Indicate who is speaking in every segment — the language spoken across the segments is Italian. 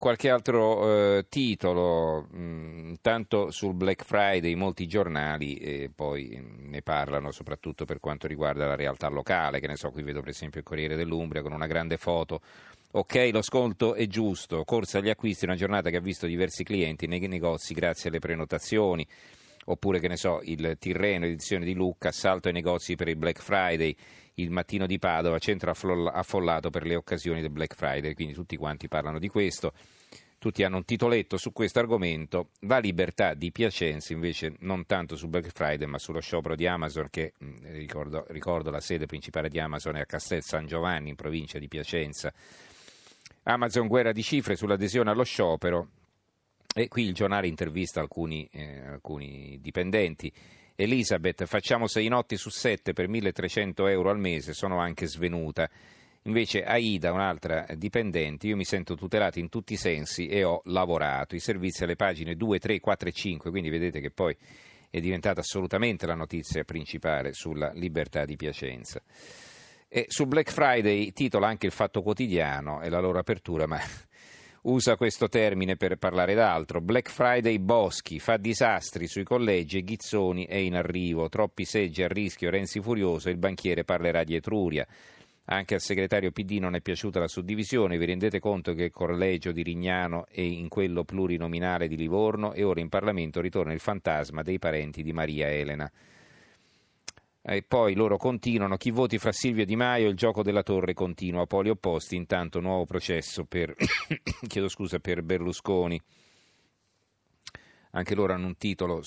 Speaker 1: Qualche altro titolo, intanto sul Black Friday molti giornali poi ne parlano soprattutto per quanto riguarda la realtà locale, che ne so, qui vedo per esempio il Corriere dell'Umbria con una grande foto. Ok, lo sconto è giusto, corsa agli acquisti, una giornata che ha visto diversi clienti nei negozi grazie alle prenotazioni. Oppure, che ne so, il Tirreno, edizione di Lucca, assalto ai negozi per il Black Friday, il Mattino di Padova, centro affollato per le occasioni del Black Friday, quindi tutti quanti parlano di questo, tutti hanno un titoletto su questo argomento. La Libertà di Piacenza invece non tanto sul Black Friday ma sullo sciopero di Amazon che, ricordo la sede principale di Amazon è a Castel San Giovanni in provincia di Piacenza. Amazon guerra di cifre sull'adesione allo sciopero. E qui il giornale intervista alcuni dipendenti. Elisabeth, facciamo 6 notti su 7 per 1.300 euro al mese, sono anche svenuta. Invece Aida, un'altra dipendente, io mi sento tutelata in tutti i sensi e ho lavorato. I servizi alle pagine 2, 3, 4 e 5, quindi vedete che poi è diventata assolutamente la notizia principale sulla Libertà di Piacenza. E su Black Friday titola anche il Fatto Quotidiano, è la loro apertura, ma usa questo termine per parlare d'altro. Black Friday Boschi fa disastri sui collegi e Ghizzoni è in arrivo, troppi seggi a rischio, Renzi furioso, il banchiere parlerà di Etruria. Anche al segretario PD non è piaciuta la suddivisione, vi rendete conto che il collegio di Rignano è in quello plurinominale di Livorno e ora in Parlamento ritorna il fantasma dei parenti di Maria Elena. E poi loro continuano, chi voti fra Silvio Di Maio, il gioco della torre continua, poli opposti, intanto nuovo processo per per Berlusconi. Anche loro hanno un titolo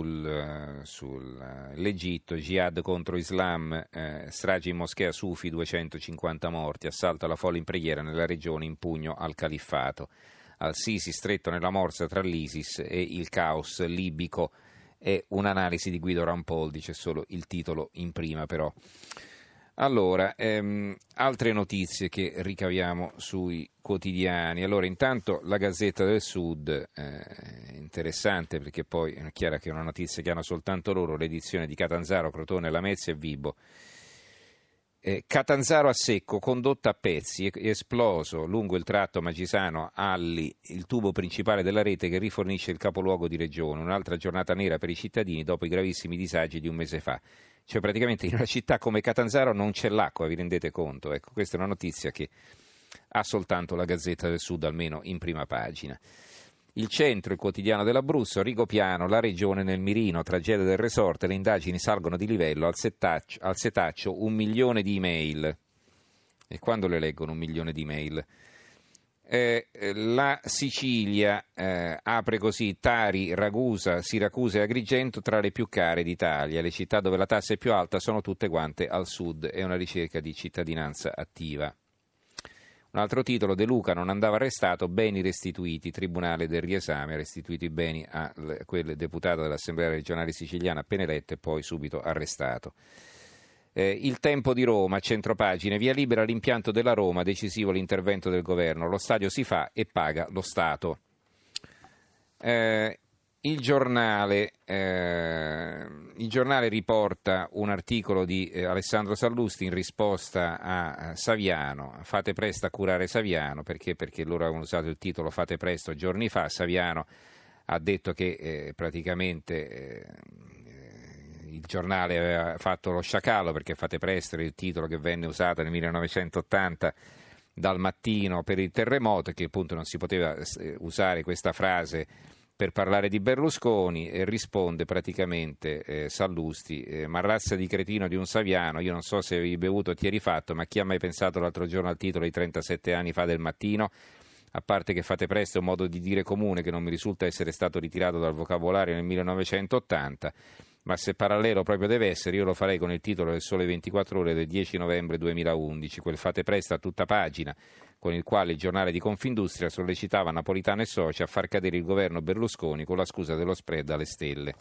Speaker 1: sull'Egitto, jihad contro Islam, stragi in moschea Sufi, 250 morti, assalto alla folla in preghiera nella regione in pugno al califfato. Al-Sisi stretto nella morsa tra l'ISIS e il caos libico. È un'analisi di Guido Rampoldi, c'è solo il titolo in prima però. Allora, altre notizie che ricaviamo sui quotidiani. Allora, intanto la Gazzetta del Sud, interessante perché poi è chiaro che è una notizia che hanno soltanto loro, l'edizione di Catanzaro, Crotone, Lamezia e Vibo. Catanzaro a secco, condotta a pezzi, è esploso lungo il tratto Magisano-Alli il tubo principale della rete che rifornisce il capoluogo di regione. Un'altra giornata nera per i cittadini dopo i gravissimi disagi di un mese fa. Cioè praticamente in una città come Catanzaro non c'è l'acqua, vi rendete conto? Ecco, questa è una notizia che ha soltanto la Gazzetta del Sud, almeno in prima pagina. Il Centro, il quotidiano dell'Abruzzo, Rigopiano, la regione nel mirino, tragedia del resort, le indagini salgono di livello, al setaccio 1 milione di email. E quando le leggono 1 milione di email? La Sicilia apre così Tari, Ragusa, Siracusa e Agrigento tra le più care d'Italia. Le città dove la tassa è più alta sono tutte quante al sud. È una ricerca di cittadinanza attiva. Un altro titolo, De Luca non andava arrestato, beni restituiti, Tribunale del riesame, ha restituito i beni a quel deputato dell'Assemblea regionale siciliana appena eletto e poi subito arrestato. Il Tempo di Roma, centropagine, via libera l'impianto della Roma, decisivo l'intervento del governo, lo stadio si fa e paga lo Stato. Il giornale riporta un articolo di Alessandro Sallusti in risposta a Saviano, fate presto a curare Saviano, perché loro avevano usato il titolo fate presto giorni fa. Saviano ha detto che praticamente il giornale aveva fatto lo sciacallo perché fate presto era il titolo che venne usato nel 1980 dal Mattino per il terremoto e che appunto non si poteva usare questa frase per parlare di Berlusconi. E risponde praticamente Sallusti, ma razza di cretino di un Saviano, io non so se avevi bevuto o ti eri fatto, ma chi ha mai pensato l'altro giorno al titolo di 37 anni fa del Mattino? A parte che fate presto è un modo di dire comune che non mi risulta essere stato ritirato dal vocabolario nel 1980, ma se parallelo proprio deve essere io lo farei con il titolo del Sole 24 Ore del 10 novembre 2011, quel fate presto a tutta pagina, con il quale il giornale di Confindustria sollecitava Napolitano e soci a far cadere il governo Berlusconi con la scusa dello spread alle stelle.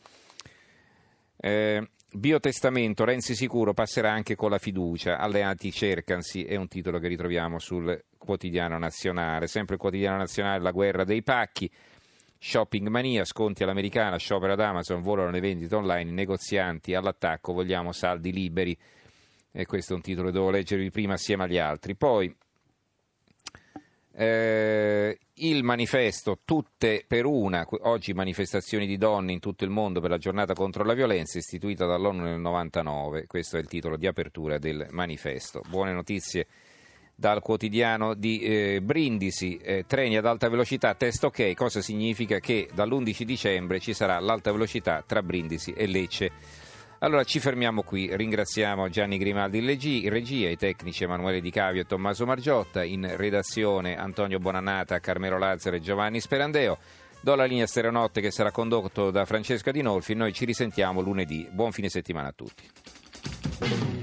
Speaker 1: Biotestamento, Renzi sicuro passerà anche con la fiducia, alleati cercansi, è un titolo che ritroviamo sul Quotidiano Nazionale. Sempre il Quotidiano Nazionale, la guerra dei pacchi, shopping mania, sconti all'americana, sciopero ad Amazon, volano le vendite online, negozianti all'attacco, vogliamo saldi liberi. E questo è un titolo che devo leggervi prima assieme agli altri. Poi Il manifesto Tutte per una, oggi manifestazioni di donne in tutto il mondo per la giornata contro la violenza, istituita dall'ONU nel 99, questo è il titolo di apertura del manifesto. Buone notizie dal quotidiano di Brindisi, treni ad alta velocità, test ok, cosa significa? Che dall'11 dicembre ci sarà l'alta velocità tra Brindisi e Lecce. Allora ci fermiamo qui, ringraziamo Gianni Grimaldi in regia, i tecnici Emanuele Di Cavio e Tommaso Margiotta, in redazione Antonio Bonannata, Carmelo Lazzaro e Giovanni Sperandeo. Do la linea Stereonotte che sarà condotto da Francesca Dinolfi, noi ci risentiamo lunedì, buon fine settimana a tutti.